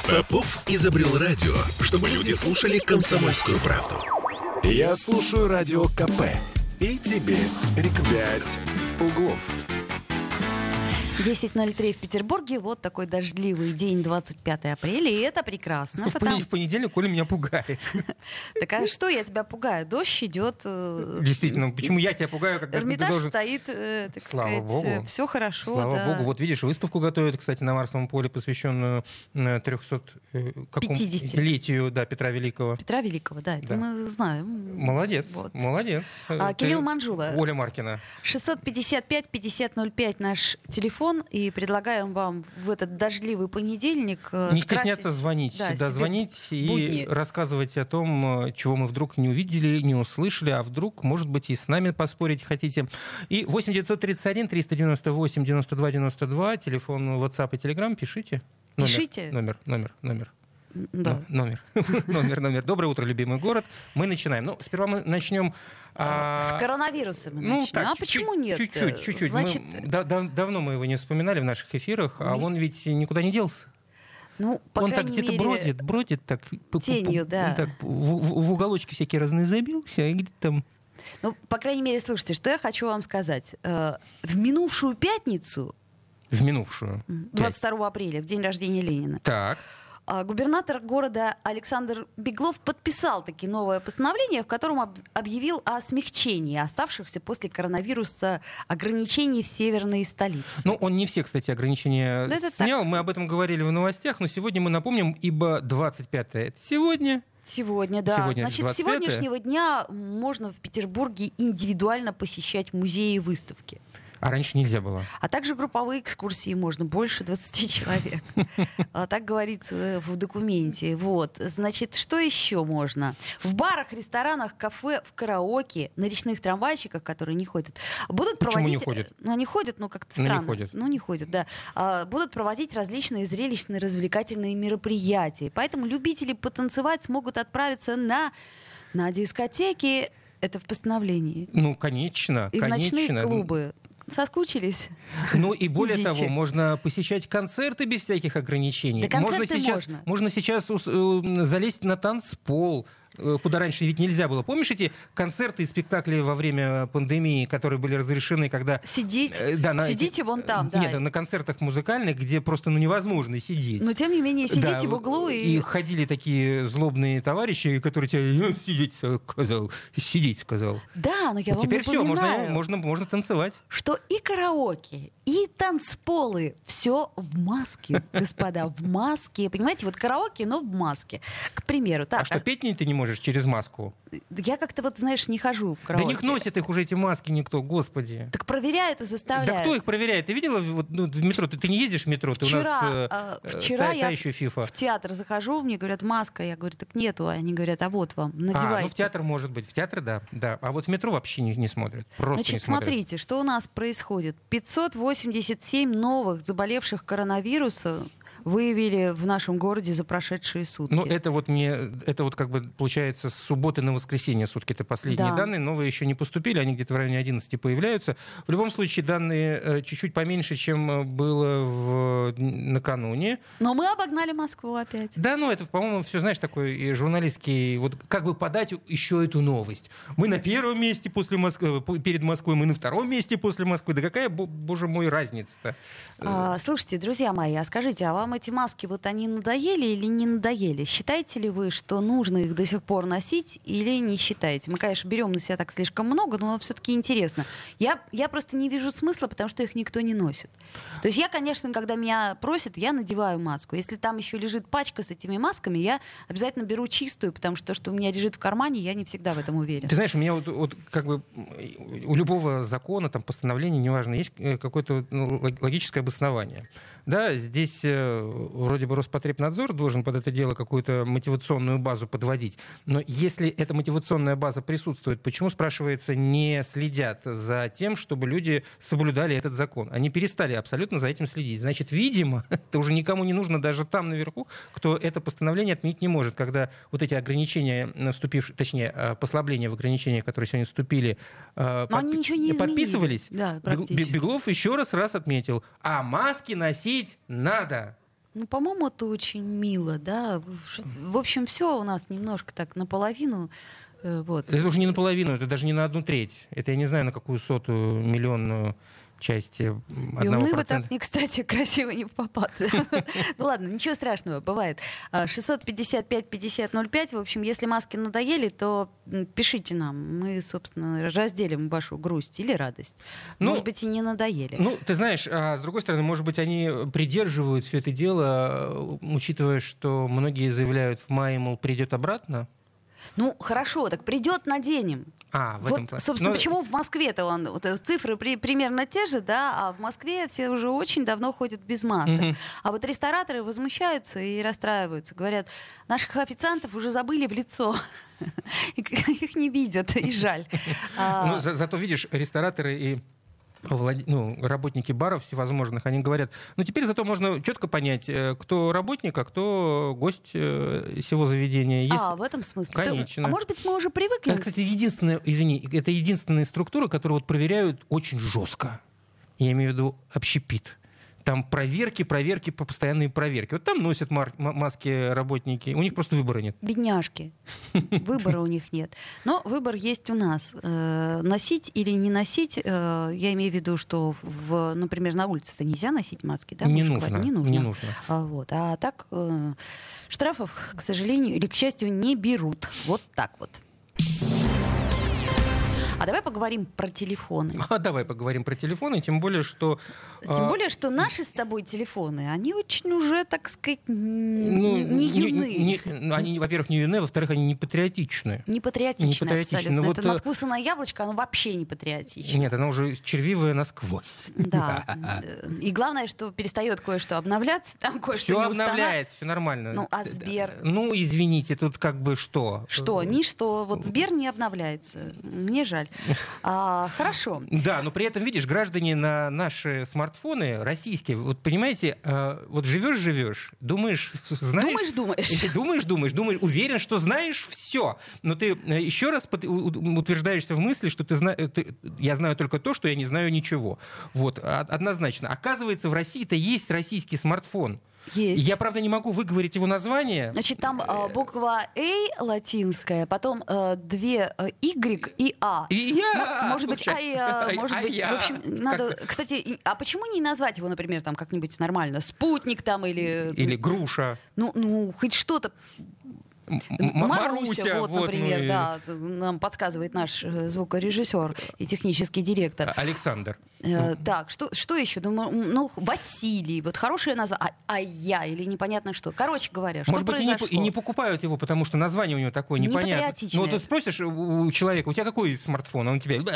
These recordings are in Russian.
Попов изобрел радио, чтобы люди слушали комсомольскую правду. Я слушаю Радио КП и тебе рекомендую. 5 углов. 10:03 в Петербурге. Вот такой дождливый день, 25 апреля. И это прекрасно. В понедельник Коля меня пугает. Так а что я тебя пугаю? Дождь идет. Действительно, почему я тебя пугаю, когда Эрмитаж ты должен... стоит, так Слава сказать, Богу. все хорошо. Слава Богу. Вот видишь, выставку готовят, кстати, на Марсовом поле, посвященную 350-летию Петра Великого. Петра Великого, да, это мы знаем. Молодец, Вот. молодец. Кирилл Манжула. Оля Маркина. 655-5005 наш телефон. И предлагаем вам в этот дождливый понедельник не стесняться звонить. Да, звонить и рассказывать о том, чего мы вдруг не увидели, не услышали, а вдруг, может быть, и с нами поспорить хотите. И 8-931-398-92-92, телефон WhatsApp и Telegram, пишите. Пишите. Номер. Да. Номер. Доброе утро, любимый город. Мы начинаем. Ну, сперва мы начнем... С коронавируса мы начнем. Так, почему нет? Чуть-чуть. Значит... Давно мы его не вспоминали в наших эфирах, а он ведь никуда не делся. Ну, по он так крайней где-то мере, бродит так. Тенью, да. Так, в уголочки всякие разные забился, и где-то там... Ну, по крайней мере, слушайте, что я хочу вам сказать. В минувшую пятницу... 22 апреля, в день рождения Ленина. Так. Губернатор города Александр Беглов подписал таки новое постановление, в котором объявил о смягчении оставшихся после коронавируса ограничений в северной столице. Ну, он не все, кстати, ограничения снял. Мы об этом говорили в новостях, но сегодня мы напомним, ибо 25-е — это сегодня. Сегодня, да. Значит, с 25-е. сегодняшнего дня можно в Петербурге индивидуально посещать музеи и выставки. А раньше нельзя было. А также групповые экскурсии можно, больше 20 человек. Так говорится в документе. Вот. Значит, что еще можно? В барах, ресторанах, кафе, в караоке, на речных трамвайчиках, которые не ходят, будут проводить... Почему не ходят? Ну, они ходят, но как-то странно. Не ходят, да. Будут проводить различные зрелищные, развлекательные мероприятия. Поэтому любители потанцевать смогут отправиться на дискотеки. Это в постановлении. Ну, конечно. И в ночные клубы. Соскучились? Ну и более того, можно посещать концерты без всяких ограничений. Да, концерты можно. Можно сейчас залезть на танцпол, куда раньше ведь нельзя было. Помнишь эти концерты и спектакли во время пандемии, которые были разрешены, когда... Сидите вон там, да. Нет, на концертах музыкальных, где просто невозможно сидеть. Но тем не менее, сидите в углу и... И ходили такие злобные товарищи, которые тебе сидеть сказал. Да, но я вам теперь напоминаю, все, можно танцевать. Что и караоке, и танцполы, все в маске, господа, в маске. Понимаете, вот караоке, но в маске. К примеру. Так, что, петь ты не можешь через маску? Я как-то знаешь, не хожу в караоке. Да не носит их уже эти маски никто, господи. Так проверяет и заставляет. Да кто их проверяет? Ты видела в метро? Ты не ездишь в метро? Вчера я еще фифа. В театр захожу, мне говорят, маска. Я говорю, так нету. Они говорят, а вот вам, надевайте. Ну в театр может быть. В театр, да. А вот в метро вообще не смотрят. Просто Значит, не смотрят. смотрите, что у нас происходит. 587 новых заболевших коронавирусом выявили в нашем городе за прошедшие сутки. Ну, это вот как бы получается с субботы на воскресенье сутки. Это последние данные. Новые еще не поступили, они где-то в районе 11 появляются. В любом случае, данные чуть-чуть поменьше, чем было накануне. Но мы обогнали Москву опять. Да, ну это, по-моему, все, знаешь, такой журналистский, вот как бы подать еще эту новость. Мы на первом месте после Москвы, перед Москвой, мы на втором месте после Москвы. Да какая, боже мой, разница-то? Слушайте, друзья мои, а скажите, а вам эти маски, вот они надоели или не надоели? Считаете ли вы, что нужно их до сих пор носить или не считаете? Мы, конечно, берем на себя так слишком много, но все-таки интересно. Я просто не вижу смысла, потому что их никто не носит. То есть я, конечно, когда меня просят, я надеваю маску. Если там еще лежит пачка с этими масками, я обязательно беру чистую, потому что то, что у меня лежит в кармане, я не всегда в этом уверена. Ты знаешь, у меня вот как бы у любого закона, там, постановления, неважно, есть какое-то логическое обоснование. Да, здесь вроде бы Роспотребнадзор должен под это дело какую-то мотивационную базу подводить. Но если эта мотивационная база присутствует, почему, спрашивается, не следят за тем, чтобы люди соблюдали этот закон? Они перестали абсолютно за этим следить. Значит, видимо, это уже никому не нужно, даже там наверху, кто это постановление отменить не может. Когда вот эти ограничения, послабления в ограничениях, которые сегодня вступили, они ничего не подписывались, да, Беглов еще раз отметил, а маски носить надо. Ну, по-моему, это очень мило, да. В общем, все у нас немножко так наполовину. Вот. Это уже не наполовину, это даже не на 1/3. Это я не знаю, на какую 100-ю миллионную часть 1%. И умны вы так, не кстати, красиво не попадают. Ну ладно, ничего страшного, бывает. 655-5005. В общем, если маски надоели, то пишите нам. Мы, собственно, разделим вашу грусть или радость. Может быть, и не надоели. Ну, ты знаешь, а с другой стороны, может быть, они придерживают все это дело, учитывая, что многие заявляют в мае, мол, придет обратно. Ну, хорошо, так придет, наденем. В этом плане. Собственно, почему в Москве-то цифры примерно те же, да, а в Москве все уже очень давно ходят без масок. А вот рестораторы возмущаются и расстраиваются. Говорят, наших официантов уже забыли в лицо. Их не видят, и жаль. Зато, видишь, рестораторы и работники баров всевозможных, они говорят, теперь зато можно четко понять, кто работник, а кто гость всего заведения. В этом смысле? Конечно. А может быть, мы уже привыкли? Это, кстати, это единственная структура, которую проверяют очень жестко. Я имею в виду общепит. Там проверки, постоянные проверки. Вот там носят маски работники, у них просто выбора нет. Бедняжки. Выбора у них нет. Но выбор есть у нас. Носить или не носить, я имею в виду, что, например, на улице-то нельзя носить маски. Да? Не нужно. А так штрафов, к сожалению, или к счастью, не берут. Вот так вот. А давай поговорим про телефоны. Давай поговорим про телефоны, тем более, что наши с тобой телефоны, они очень уже, так сказать, не юны. Они, во-первых, не юны, во-вторых, они не патриотичны. Не патриотичны, абсолютно. Вот, это надкусанное яблочко, оно вообще не патриотично. Нет, оно уже червивое насквозь. Да. И главное, что перестает кое-что обновляться, там кое-что не обновляется, все нормально. А Сбер? Извините, тут как бы что? Что? Ничто. Вот Сбер не обновляется. Мне жаль. Хорошо. Да, но при этом, видишь, граждане на наши смартфоны российские, вот понимаете, вот живешь, думаешь, знаешь... Думаешь, уверен, что знаешь все. Но ты еще раз утверждаешься в мысли, что я знаю только то, что я не знаю ничего. Вот, однозначно. Оказывается, в России-то есть российский смартфон. Есть. Я, правда, не могу выговорить его название. Значит, там буква А латинская, потом 2 Y и А. Может быть, может быть. В общем, надо... Кстати, а почему не назвать его, например, там как-нибудь нормально? Спутник там или... Или груша. Хоть что-то... Маруся, например, да, нам подсказывает наш звукорежиссер и технический директор. Александр. Так, что еще? Василий, вот хорошее название, я или непонятно что. Короче говоря, что произошло? Может быть, и не покупают его, потому что название у него такое непонятное. Ну, ты спросишь у человека, у тебя какой смартфон? Он тебе,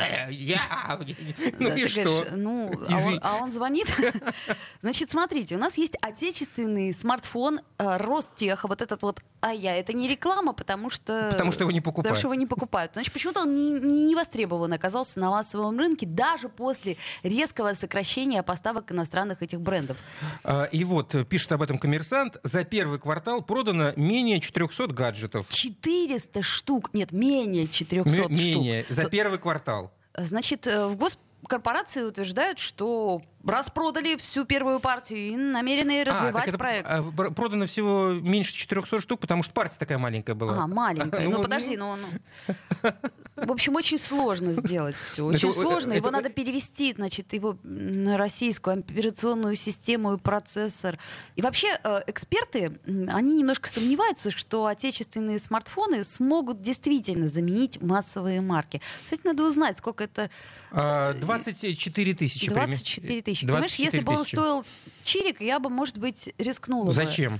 и что? А он звонит. Значит, смотрите, у нас есть отечественный смартфон Ростеха, вот этот вот это не реклама, потому что его не покупают. Потому что его не покупают. Значит, почему-то он не востребован оказался на массовом рынке даже после резкого сокращения поставок иностранных этих брендов. И вот, пишет об этом «Коммерсант», за первый квартал продано менее 400 гаджетов. 400 штук. Нет, менее 400 штук. Менее, за первый квартал. Значит, в госкорпорации утверждают, что распродали всю первую партию и намерены развивать проект. Продано всего меньше 400 штук, потому что партия такая маленькая была. Маленькая. Подожди, В общем, очень сложно сделать все. Очень сложно. Его надо перевести, его на российскую операционную систему и процессор. И вообще эксперты, они немножко сомневаются, что отечественные смартфоны смогут действительно заменить массовые марки. Кстати, надо узнать, сколько это... 24 тысячи. 24 тысячи. Понимаешь, если бы он стоил чирик, я бы, может быть, рискнула. Зачем?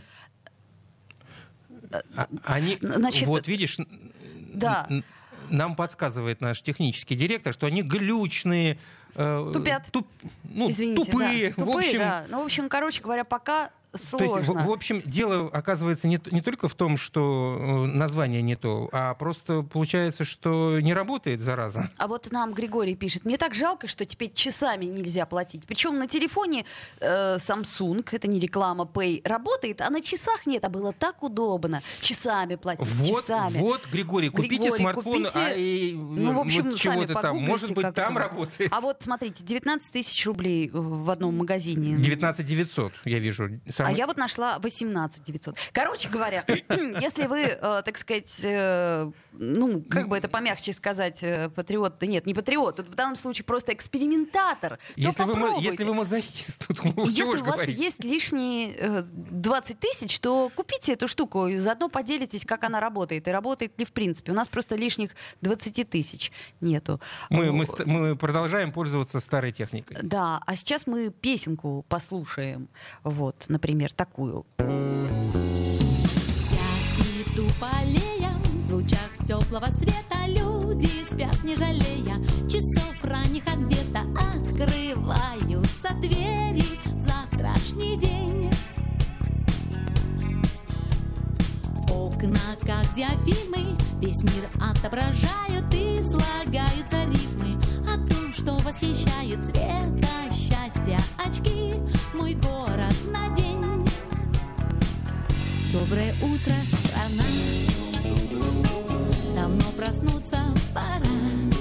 Вот видишь, да. Нам подсказывает наш технический директор, что они глючные, тупят. Извините, тупые. Да. Тупые, да. В общем, короче говоря, пока сложно. То есть, в общем, дело оказывается не только в том, что название не то, а просто получается, что не работает, зараза. А вот нам Григорий пишет: мне так жалко, что теперь часами нельзя платить. Причем на телефоне Samsung, это не реклама, Pay, работает, а на часах нет. А было так удобно часами платить, часами. Вот, Григорий, купите смартфон, в общем, чего-то там. Может быть, там работает. А вот, смотрите, 19 тысяч рублей в одном магазине. 19 900, я вижу, А я вот нашла 18 900. Короче говоря, если вы, так сказать, ну, как бы это помягче сказать, патриот, да нет, не патриот, тут в данном случае просто экспериментатор, если вы мазохист, тут чего если уж у вас говорить. есть лишние 20 тысяч, то купите эту штуку и заодно поделитесь, как она работает, и работает ли в принципе. У нас просто лишних 20 тысяч нету. Мы продолжаем пользоваться старой техникой. Да, а сейчас мы песенку послушаем. Вот, например, такую. Я иду по аллеям, в лучах теплого света люди спят, не жалея часов ранних, а где-то открываются двери в завтрашний день. Окна, как диафильмы, весь мир отображают и слагаются рифмы о том, что восхищает цвета счастья очки. Мой город на день. Доброе утро, страна. Давно проснуться пора.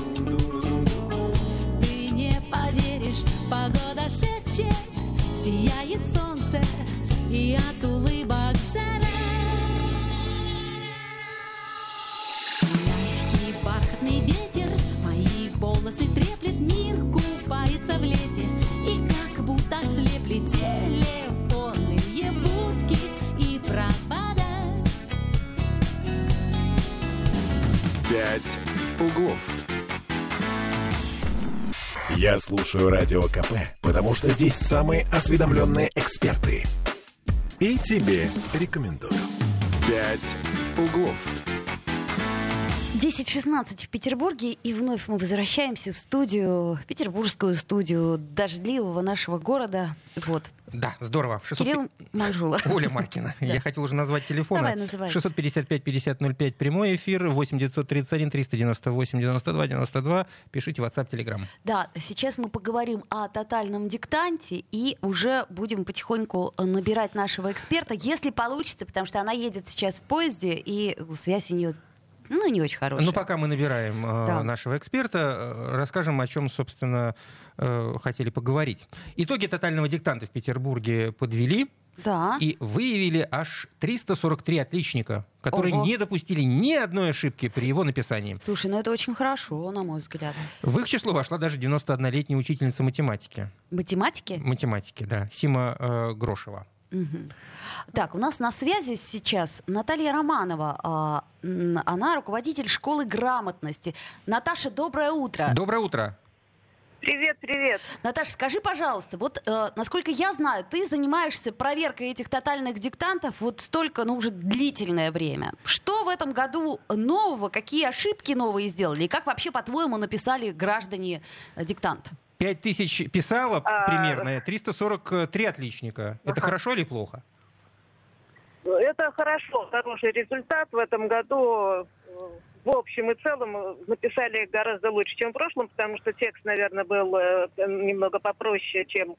Ты не поверишь, погода шепчет, сияет солнце и от улыбок жара. Мягкий бархатный ветер мои волосы треплет, мир купается в лете, и как будто ослепли телефонные будки и провода. 5 углов. Я слушаю Радио КП, потому что здесь самые осведомленные эксперты. И тебе рекомендую. 5 углов. 10:16 в Петербурге, и вновь мы возвращаемся в студию, петербургскую студию дождливого нашего города. Вот. Да, здорово. Кирилл Манжула. Оля Маркина. Я хотел уже назвать телефон. Давай, называй. 655-50-05, прямой эфир, 8-931-392-92-92. Пишите WhatsApp, Telegram. Да, сейчас мы поговорим о тотальном диктанте и уже будем потихоньку набирать нашего эксперта, если получится, потому что она едет сейчас в поезде, и связь у нее не очень хорошая. Ну, пока мы набираем нашего эксперта, расскажем, о чем, собственно, хотели поговорить. Итоги тотального диктанта в Петербурге подвели. Да. И выявили аж 343 отличника, которые не допустили ни одной ошибки при его написании. Слушай, это очень хорошо, на мой взгляд. В их число вошла даже 91-летняя учительница математики. Математики? Математики, да. Сима Грошева. Угу. Так, у нас на связи сейчас Наталья Романова. Она руководитель школы грамотности. Наташа, доброе утро. Доброе утро. Привет, привет. Наташа, скажи, пожалуйста, вот насколько я знаю, ты занимаешься проверкой этих тотальных диктантов вот столько, уже длительное время. Что в этом году нового, какие ошибки новые сделали и как вообще, по-твоему, написали граждане диктант? 5000 писало примерно, 343 отличника. Это хорошо или плохо? Это хорошо, хороший результат. В этом году в общем и целом написали гораздо лучше, чем в прошлом, потому что текст, наверное, был немного попроще, чем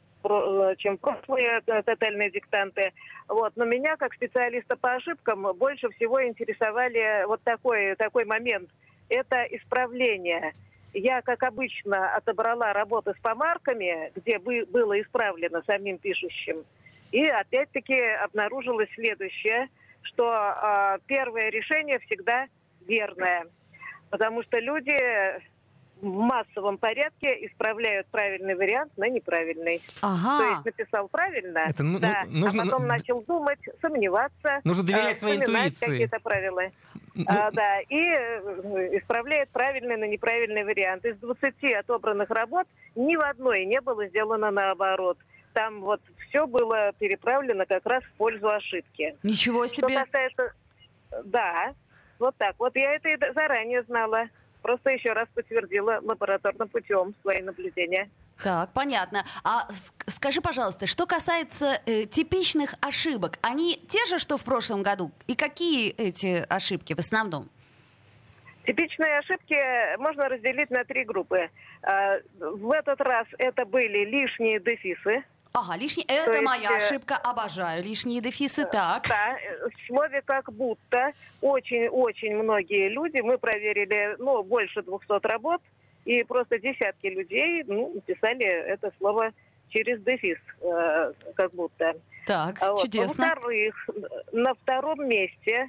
прошлые тотальные диктанты. Вот. Но меня, как специалиста по ошибкам, больше всего интересовали вот такой момент. Это исправление. Я, как обычно, отобрала работы с помарками, где было исправлено самим пишущим. И опять-таки обнаружилось следующее, что первое решение всегда верное. Потому что люди в массовом порядке исправляют правильный вариант на неправильный. Ага. То есть написал правильно, а потом начал думать, сомневаться. Нужно доверять своей интуиции. Какие-то правила. Да, и исправляет правильный на неправильный вариант. Из 20 отобранных работ ни в одной не было сделано наоборот. Там вот все было переправлено как раз в пользу ошибки. Ничего себе! Что касается... Да, вот так. Вот я это и заранее знала. Просто еще раз подтвердила лабораторным путем свои наблюдения. Так, понятно. А скажи, пожалуйста, что касается типичных ошибок, они те же, что в прошлом году? И какие эти ошибки в основном? Типичные ошибки можно разделить на 3 группы. В этот раз это были лишние дефисы. Ага, лишние. Это моя ошибка, обожаю. Лишние дефисы, так. Да, в слове «как будто» очень-очень многие люди, мы проверили, больше 200 работ, и просто десятки людей написали это слово через дефис, как будто. Так, Вот. чудесно. Во-вторых, на втором месте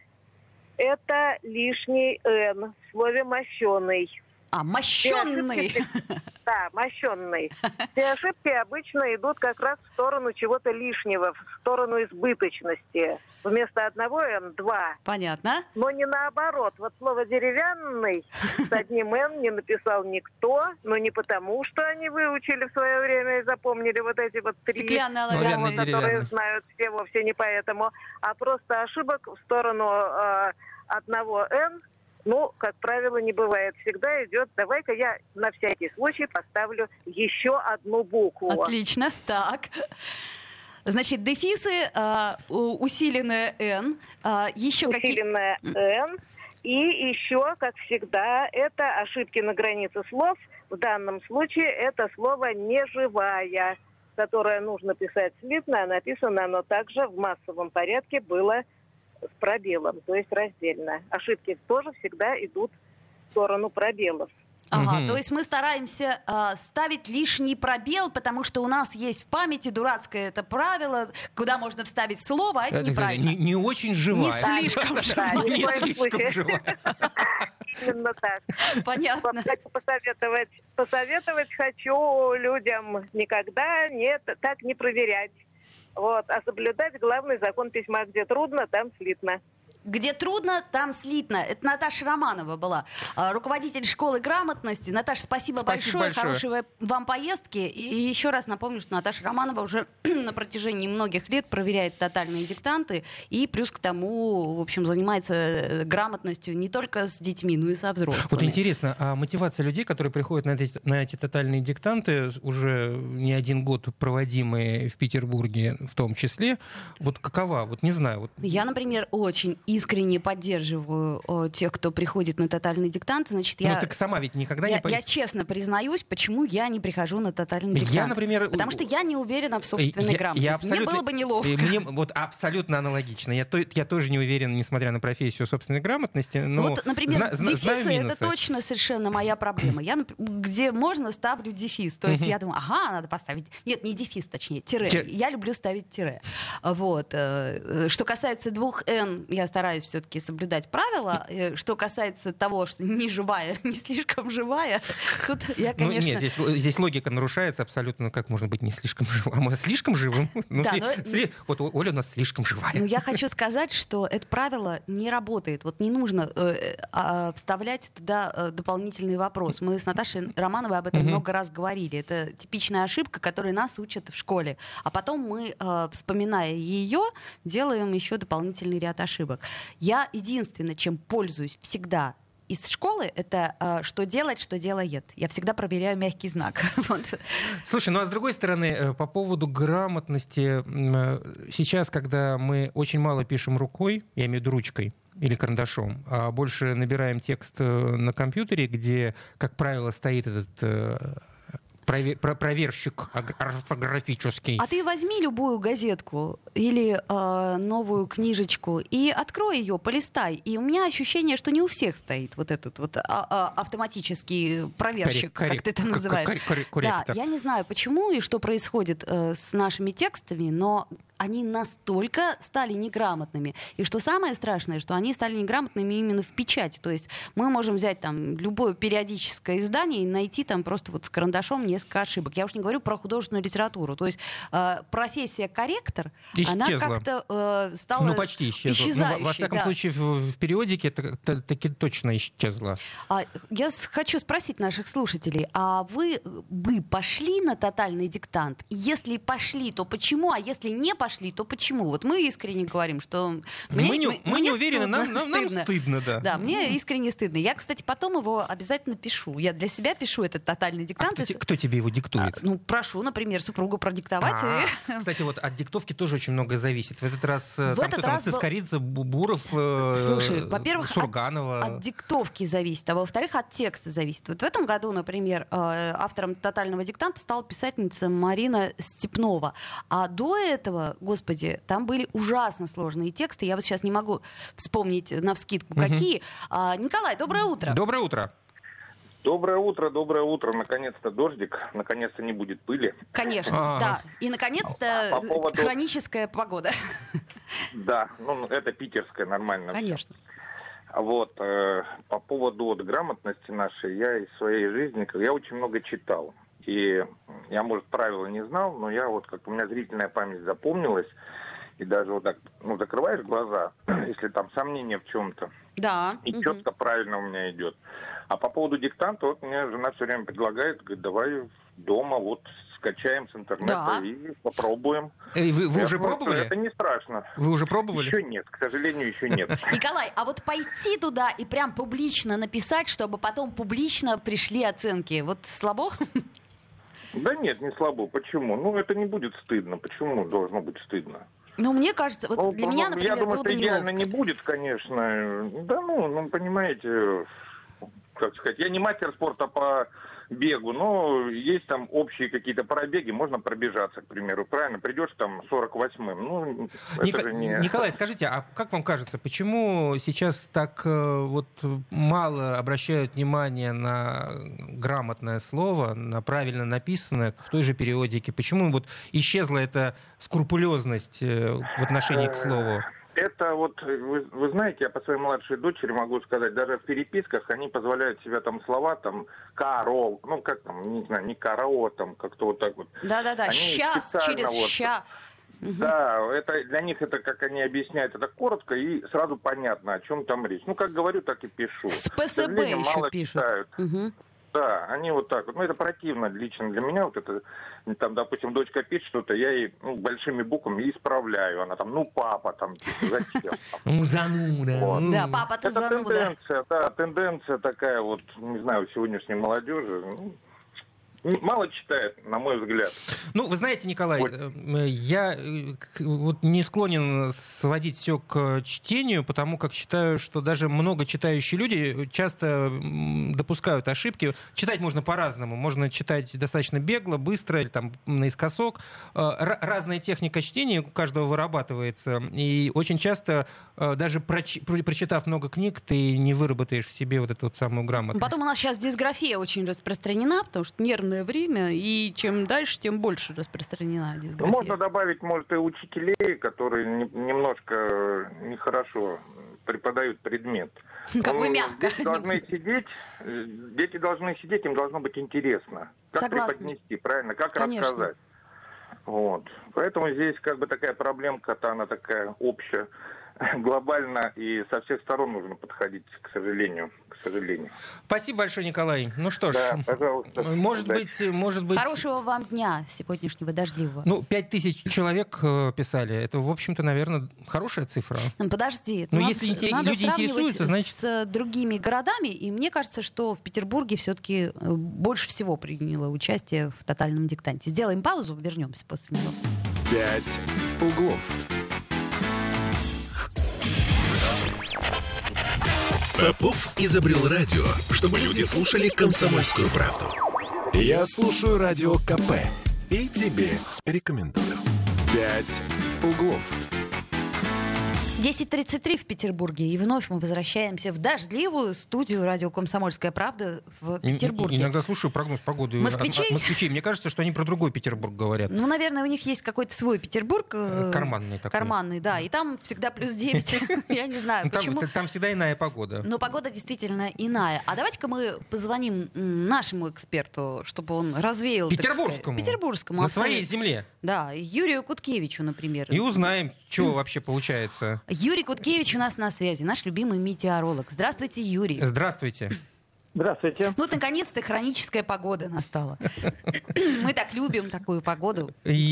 это лишний «н» в слове «мощеный». Мощенный. Да, мощенный. Все ошибки обычно идут как раз в сторону чего-то лишнего, в сторону избыточности. Вместо одного «н» два. Понятно. Но не наоборот. Вот слово «деревянный» с одним «н» не написал никто, но не потому, что они выучили в свое время и запомнили вот эти вот три Стеклянная слова, оловянный. которые знают все, вовсе не поэтому, а просто ошибок в сторону одного «н». Ну, как правило, не бывает. Всегда идет, давай-ка я на всякий случай поставлю еще одну букву. Отлично. Так. Значит, дефисы, усиленное «н», еще какие... Усиленное «н». И еще, как всегда, это ошибки на границе слов. В данном случае это слово «неживая», которое нужно писать слитно, а написано оно также в массовом порядке было с пробелом, то есть раздельно. Ошибки тоже всегда идут в сторону пробелов. Ага, то есть мы стараемся ставить лишний пробел, потому что у нас есть в памяти дурацкое это правило, куда можно вставить слово, а это неправильно. Не очень живая. Не слишком живая. ни в Не коем слишком случае. живая. Именно так. Понятно. Вот, посоветовать хочу людям никогда так не проверять. Вот, а соблюдать главный закон письма: где трудно, там слитно. Где трудно, там слитно. Это Наташа Романова была, руководитель школы грамотности. Наташа, спасибо большое. Хорошей вам поездки. И еще раз напомню, что Наташа Романова уже на протяжении многих лет проверяет тотальные диктанты. И плюс к тому, в общем, занимается грамотностью не только с детьми, но и со взрослыми. Вот интересно, а мотивация людей, которые приходят на эти тотальные диктанты, уже не один год проводимые в Петербурге в том числе, вот какова? Вот не знаю. Вот... Я, например, очень искренне поддерживаю тех, кто приходит на тотальный диктант. Значит, Ну, ты сама ведь никогда не... Я честно признаюсь, почему я не прихожу на тотальный диктант. Я, например... Потому что я не уверена в собственной грамотности. Мне было бы неловко. Мне вот абсолютно аналогично. Я тоже не уверен, несмотря на профессию собственной грамотности. Но вот, например, дефисы — минусы. это точно совершенно моя проблема. Я, где можно, ставлю дефис. То есть я думаю, надо поставить... Нет, не дефис, точнее, тире. Я люблю ставить тире. Вот. Что касается двух «н», я стараюсь все-таки соблюдать правила. Что касается того, что не живая, не слишком живая, тут я, конечно... Нет, здесь логика нарушается абсолютно. Как можно быть не слишком живым? А мы слишком живым? Вот Оля у нас слишком живая. Ну, я хочу сказать, что это правило не работает. Вот не нужно вставлять туда дополнительный вопрос. Мы с Наташей Романовой об этом много раз говорили. Это типичная ошибка, которой нас учат в школе. А потом мы, вспоминая ее, делаем еще дополнительный ряд ошибок. Я единственное, чем пользуюсь всегда из школы, это что делать, что делает. Я всегда проверяю мягкий знак. Вот. Слушай, ну а с другой стороны, по поводу грамотности, сейчас, когда мы очень мало пишем рукой, я имею в виду ручкой или карандашом, а больше набираем текст на компьютере, где, как правило, стоит этот... проверщик орфографический. А ты возьми любую газетку или новую книжечку и открой ее, полистай. И у меня ощущение, что не у всех стоит вот этот вот автоматический проверщик, как ты это называешь. Да, я не знаю, почему и что происходит с нашими текстами, но они настолько стали неграмотными. И что самое страшное, что они стали неграмотными именно в печати. То есть мы можем взять там любое периодическое издание и найти там просто вот с карандашом несколько ошибок. Я уж не говорю про художественную литературу. То есть профессия корректор, она как-то стала почти исчезла. исчезающей. Во всяком случае, в периодике таки точно исчезла. Я хочу спросить наших слушателей, а вы бы пошли на тотальный диктант? Если пошли, то почему? А если не пошли, то почему? Вот мы искренне говорим, что... Мы не уверены, нам стыдно, да. Да, мне искренне стыдно. Я, кстати, потом его обязательно пишу. Я для себя пишу этот тотальный диктант. Кто тебе его диктует? Прошу, например, супругу продиктовать. Кстати, вот от диктовки тоже очень многое зависит. В этот раз Цискоридзе, Буров, слушай, во-первых, Сурганова. От диктовки зависит, а во-вторых, от текста зависит. Вот в этом году, например, автором тотального диктанта стала писательница Марина Степнова. А до этого, господи, там были ужасно сложные тексты. Я вот сейчас не могу вспомнить навскидку, какие. Николай, доброе утро. Доброе утро. Доброе утро. Наконец-то дождик, наконец-то не будет пыли. Конечно, да. И, наконец-то, хроническая погода. Да, это питерская, нормально. Конечно. Вот, по поводу грамотности нашей, я из своей жизни, я очень много читал. И я, может, правила не знал, но я вот, как у меня зрительная память запомнилась, и даже вот так, закрываешь глаза, если там сомнения в чем-то, да. И четко правильно у меня идет. А по поводу диктанта, вот мне жена все время предлагает, говорит, давай дома вот скачаем с интернета и попробуем. Вы уже пробовали? Это не страшно. Вы уже пробовали? Еще нет, к сожалению, еще нет. Николай, а вот пойти туда и прям публично написать, чтобы потом публично пришли оценки, вот слабо? Да нет, не слабо. Почему? Это не будет стыдно. Почему должно быть стыдно? Мне кажется, вот для меня, например, я думаю, было бы что идеально неловко. не будет, конечно. Да, понимаете, как сказать, я не мастер спорта по бегу, но есть там общие какие-то пробеги, можно пробежаться, к примеру, правильно? Придешь там 48-м, это же не... Николай, скажите, а как вам кажется, почему сейчас так вот мало обращают внимание на грамотное слово, на правильно написанное в той же периодике? Почему вот исчезла эта скрупулезность в отношении к слову? Это вот, вы знаете, я по своей младшей дочери могу сказать, даже в переписках они позволяют себе там слова, там, карол, как там, не знаю, не карао, там, как-то вот так вот. Да-да-да, они сейчас, через ща. Да, это для них это, как они объясняют, это коротко и сразу понятно, о чем там речь. Как говорю, так и пишу. С ПСБ еще пишут. Да, они вот так вот. Это противно лично для меня. Вот это, там, допустим, дочка пишет что-то, я ей большими буквами исправляю. Она там, папа, там, зачем? Зануда. Вот. Да, папа, ты зануда. Тенденция такая вот, не знаю, сегодняшней молодежи. Мало читает, на мой взгляд. Вы знаете, Николай, я вот не склонен сводить все к чтению, потому как считаю, что даже много читающие люди часто допускают ошибки. Читать можно по-разному. Можно читать достаточно бегло, быстро или там наискосок. Разная техника чтения у каждого вырабатывается. И очень часто, даже прочитав много книг, ты не выработаешь в себе вот эту вот самую грамотность. Потом у нас сейчас дисграфия очень распространена, потому что нервное время, и чем дальше, тем больше распространена дисграфия. Можно добавить, может, и учителей, которые немножко нехорошо преподают предмет. Как вы мягко. Дети должны сидеть, им должно быть интересно. Как преподнести, правильно? Как рассказать. Вот. Поэтому здесь такая проблемка-то, она такая общая, глобально, и со всех сторон нужно подходить, к сожалению. Спасибо большое, Николай. Что ж, да, пожалуйста. Может быть... Хорошего вам дня сегодняшнего дождливого. 5000 человек писали. Это, в общем-то, наверное, хорошая цифра. Подожди. Если люди интересуются, значит... с другими городами, и мне кажется, что в Петербурге все-таки больше всего приняло участие в тотальном диктанте. Сделаем паузу, вернемся после него. 5 углов. Попов изобрел радио, чтобы люди слушали «Комсомольскую правду». Я слушаю радио КП и тебе рекомендую. 5 углов. 10:33 в Петербурге, и вновь мы возвращаемся в дождливую студию радио «Комсомольская правда» в Петербурге. Иногда слушаю прогноз погоды москвичей. Мне кажется, что они про другой Петербург говорят. Наверное, у них есть какой-то свой Петербург. Карманный такой. Карманный, да. И там всегда плюс 9. Я не знаю, почему. Там всегда иная погода. Но погода действительно иная. А давайте-ка мы позвоним нашему эксперту, чтобы он развеял... Петербургскому. На своей земле. Да, Юрию Куткевичу, например. И узнаем, что вообще получается. Юрий Куткевич у нас на связи, наш любимый метеоролог. Здравствуйте, Юрий. Здравствуйте. Здравствуйте. Наконец-то хроническая погода настала. Мы так любим такую погоду.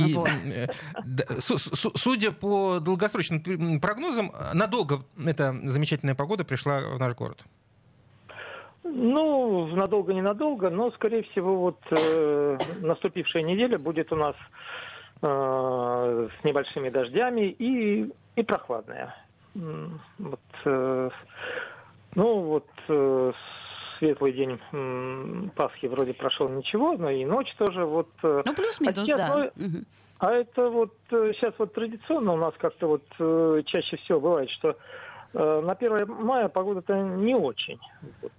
Судя по долгосрочным прогнозам, надолго эта замечательная погода пришла в наш город. Надолго-ненадолго, но, скорее всего, наступившая неделя будет у нас с небольшими дождями и прохладная. Светлый день Пасхи вроде прошел ничего, но и ночь тоже плюс-минус, да. А это сейчас традиционно у нас как-то чаще всего бывает, что На 1 мая погода-то не очень. Вот,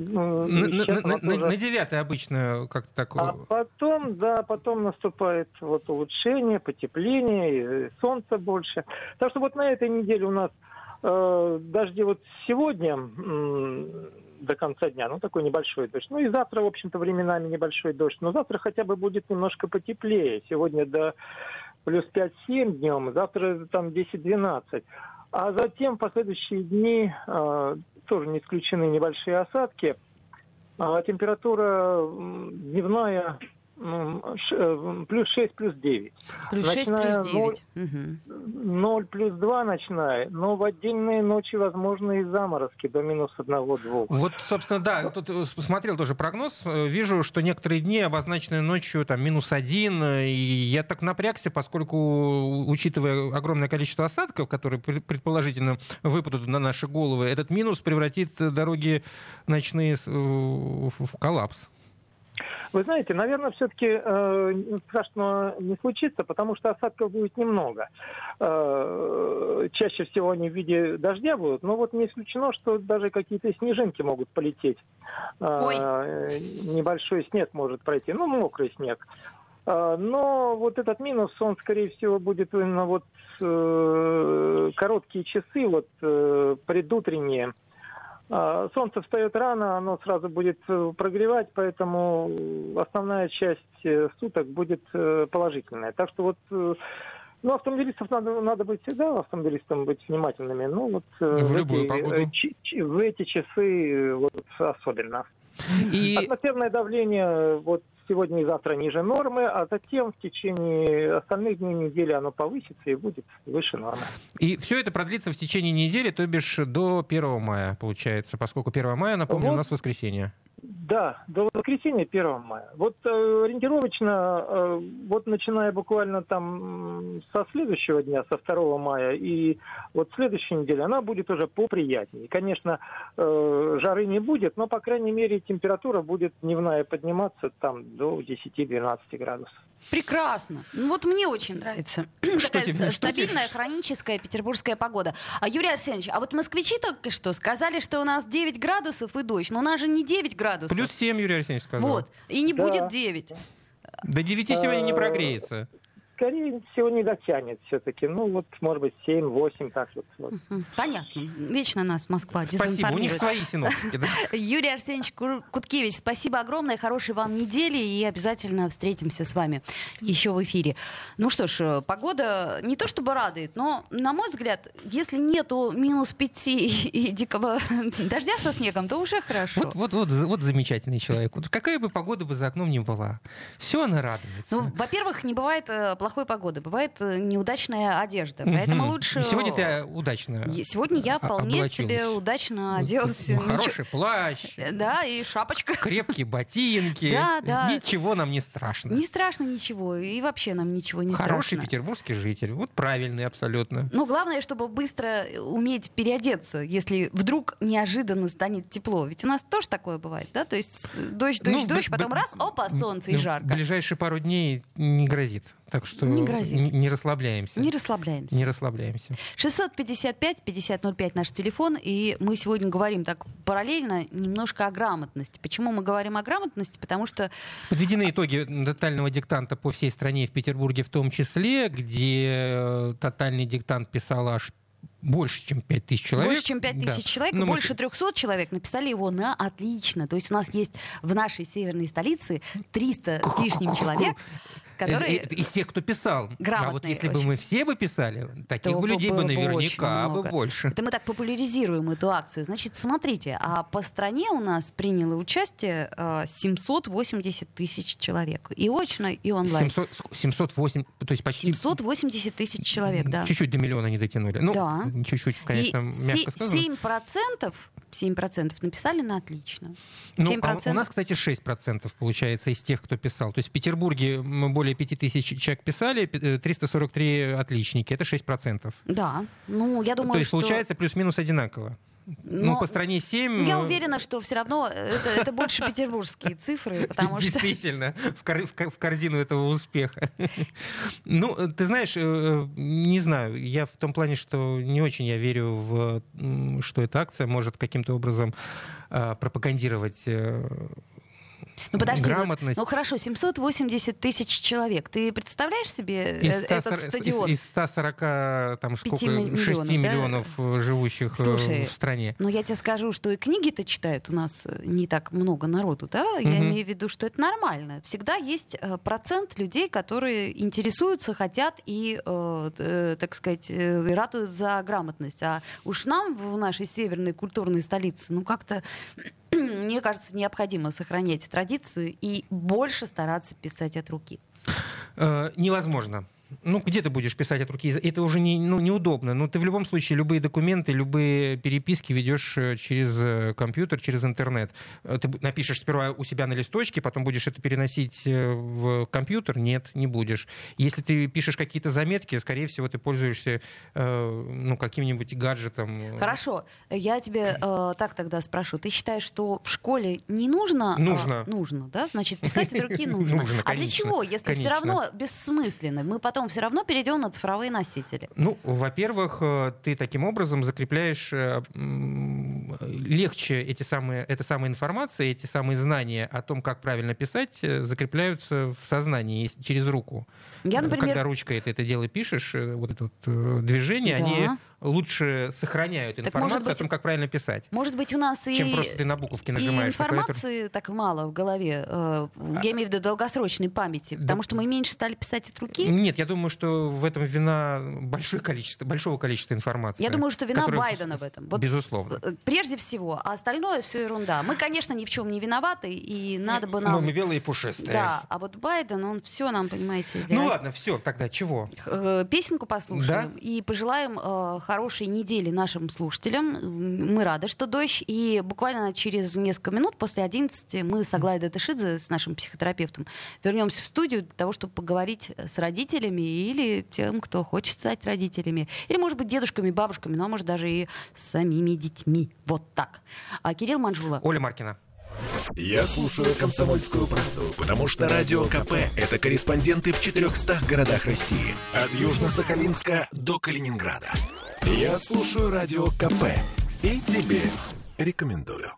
на 9 обычно как-то такое. А потом наступает вот улучшение, потепление, и солнца больше. Так что вот на этой неделе у нас дожди вот сегодня до конца дня, такой небольшой дождь. И завтра, в общем-то, временами небольшой дождь. Но завтра хотя бы будет немножко потеплее. Сегодня до плюс 5-7 днем, завтра там 10-12. А затем в последующие дни тоже не исключены небольшие осадки. Температура дневная плюс 6, плюс 9. Плюс 6, плюс 9. 0, плюс 2 ночная, но в отдельные ночи возможны и заморозки до минус 1-2. Вот, собственно, да, тут смотрел тоже прогноз, вижу, что некоторые дни обозначены ночью там минус 1, и я так напрягся, поскольку, учитывая огромное количество осадков, которые предположительно выпадут на наши головы, этот минус превратит дороги ночные в коллапс. Вы знаете, наверное, все-таки страшного не случится, потому что осадков будет немного. Чаще всего они в виде дождя будут, но вот не исключено, что даже какие-то снежинки могут полететь. Небольшой снег может пройти, мокрый снег. Но вот этот минус, он, скорее всего, будет именно вот короткие часы, вот предутренние. Солнце встает рано, оно сразу будет прогревать, поэтому основная часть суток будет положительная. Так что вот, автомобилистов надо быть всегда, автомобилистам быть внимательными. В эти часы вот особенно. Атмосферное давление вот сегодня и завтра ниже нормы, а затем в течение остальных дней недели оно повысится и будет выше нормы. И все это продлится в течение недели, то бишь до 1 мая, получается, поскольку 1 мая, напомню, у нас воскресенье. Да, до воскресенья 1 мая. Вот ориентировочно, вот начиная буквально там со следующего дня, со 2 мая, и вот следующей недели она будет уже поприятнее. Конечно, жары не будет, но, по крайней мере, температура будет дневная подниматься там до 10-12 градусов. Прекрасно. Вот мне очень нравится такая стабильная хроническая петербургская погода. Юрий Арсеньевич, а вот москвичи только что сказали, что у нас 9 градусов и дождь. Но у нас же не 9 градусов. Плюс 7, Юрий Арсеньевич сказал. Вот. И не будет 9. До 9 сегодня не прогреется. Скорее всего, не дотянет все-таки. Может быть, 7-8, так вот. Понятно. Вечно нас Москва дезинформирует. Спасибо, у них свои синоптики. Да? Юрий Арсеньевич Куткевич, спасибо огромное, хорошей вам недели, и обязательно встретимся с вами еще в эфире. Ну что ж, погода не то чтобы радует, но, на мой взгляд, если нету минус 5 и дикого дождя со снегом, то уже хорошо. Вот замечательный человек. Вот какая бы погода бы за окном ни была, все она радуется. Во-первых, не бывает плохой погоды, бывает неудачная одежда. Поэтому лучше... Сегодня ты удачно Сегодня я вполне себе удачно оделась. Хороший плащ. Да, и шапочка. Крепкие ботинки. Да. Ничего нам не страшно. Не страшно ничего. И вообще нам ничего не страшно. Хороший петербургский житель. Вот правильный абсолютно. Но главное, чтобы быстро уметь переодеться, если вдруг неожиданно станет тепло. Ведь у нас тоже такое бывает, да? То есть дождь, потом раз, опа, солнце и жарко. Ближайшие пару дней не грозит. Так что не расслабляемся. Не расслабляемся. Не расслабляемся. 655-5005 наш телефон. И мы сегодня говорим так параллельно немножко о грамотности. Почему мы говорим о грамотности? Потому что... Подведены итоги тотального диктанта по всей стране, в Петербурге в том числе, где тотальный диктант писал аж больше, чем 5000 человек. Больше, чем 5000 человек, и больше 300 человек написали его на отлично. То есть у нас есть в нашей северной столице 300 с лишним человек, которые... Из тех, кто писал. Грамотные. А вот если бы мы все бы писали, таких бы людей бы наверняка бы больше. Это мы так популяризируем эту акцию. Значит, смотрите, а по стране у нас приняло участие 780 тысяч человек. И очно, и онлайн. 708, то есть почти... 780 тысяч человек, да. Чуть-чуть до миллиона не дотянули. Да. Чуть-чуть, конечно, мягко сказано. 7% написали на отлично. 7%. А у нас, кстати, 6% получается из тех, кто писал. То есть в Петербурге более 5000 человек писали, 343 отличники. Это 6%. Да. Ну, я думаю, то есть получается плюс-минус одинаково. Ну, по стране 7. Я уверена, что все равно это больше петербургские цифры, потому что... Действительно, в корзину этого успеха. Ну, ты знаешь, не знаю, я в том плане, что не очень я верю в, что эта акция может каким-то образом пропагандировать подожди, грамотность. Ну хорошо, 780 тысяч человек. Ты представляешь себе этот стадион? Из 140, там сколько, 6 миллионов живущих в стране. Но я тебе скажу, что и книги-то читают у нас не так много народу, да? Я имею в виду, что это нормально. Всегда есть процент людей, которые интересуются, хотят и, так сказать, ратуют за грамотность. А уж нам в нашей северной культурной столице, ну как-то... Мне кажется, необходимо сохранять традицию и больше стараться писать от руки. Невозможно. Ну, где ты будешь писать от руки? Это уже неудобно. Но ты в любом случае любые документы, любые переписки ведешь через компьютер, через интернет. Ты напишешь сперва у себя на листочке, потом будешь это переносить в компьютер? Нет, не будешь. Если ты пишешь какие-то заметки, скорее всего, ты пользуешься каким-нибудь гаджетом. Хорошо. Я тебе так тогда спрошу. Ты считаешь, что в школе не нужно? Нужно. Нужно, да? Значит, писать от руки нужно. Нужно, а для чего, если все равно бессмысленно? Мы потом все равно перейдем на цифровые носители. Ну, во-первых, ты таким образом закрепляешь легче это самая информация, эти самые знания о том, как правильно писать, закрепляются в сознании через руку. Я, например... Когда ручкой это дело пишешь, вот это вот движение, да. Они лучше сохраняют информацию о том, как правильно писать. Может быть, у нас чем просто ты на буковки нажимаешь. И информации так мало в голове. Я имею в виду долгосрочной памяти. Потому что мы меньше стали писать от руки. Нет, я думаю, что в этом вина большого количества информации. Я думаю, что вина Байдена в этом. Вот, безусловно. Прежде всего. А остальное все ерунда. Мы, конечно, ни в чем не виноваты. И надо бы нам... Мы белые и пушистые. Да. А вот Байден, он все нам, понимаете... Ну ладно, все. Тогда чего? Песенку послушаем. Да? И пожелаем хорошей недели нашим слушателям. Мы рады, что дождь. И буквально через несколько минут после 11 мы с Аглаей Датышидзе, с нашим психотерапевтом, вернемся в студию для того, чтобы поговорить с родителями или тем, кто хочет стать родителями. Или, может быть, дедушками, бабушками, ну, а может, даже и самими детьми. Вот так. Кирилл Манжула. Оля Маркина. Я слушаю «Комсомольскую правду», потому что Радио КП — это корреспонденты в 400 городах России. От Южно-Сахалинска до Калининграда. Я слушаю Радио КП и тебе рекомендую.